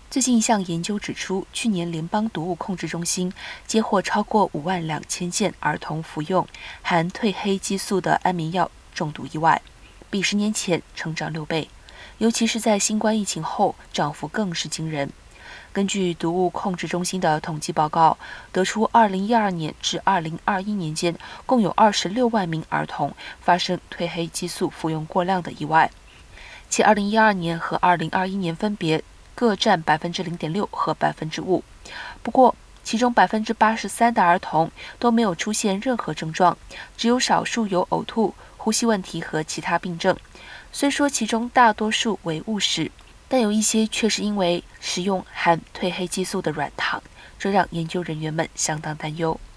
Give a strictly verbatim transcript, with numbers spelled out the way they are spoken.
最近一项研究指出，去年联邦毒物控制中心接获超过五万两千件儿童服用含褪黑激素的安眠药中毒意外，比十年前成长六倍，尤其是在新冠疫情后，涨幅更是惊人。根据毒物控制中心的统计报告，得出二零一二年至二零二一年间，共有二十六万名儿童发生褪黑激素服用过量的意外，且二零一二年和二零二一年分别各占百分之零点六和百分之五。不过，其中百分之八十三的儿童都没有出现任何症状，只有少数有呕吐、呼吸问题和其他病症。虽说其中大多数为误食，但有一些却是因为食用含褪黑激素的软糖，这让研究人员们相当担忧。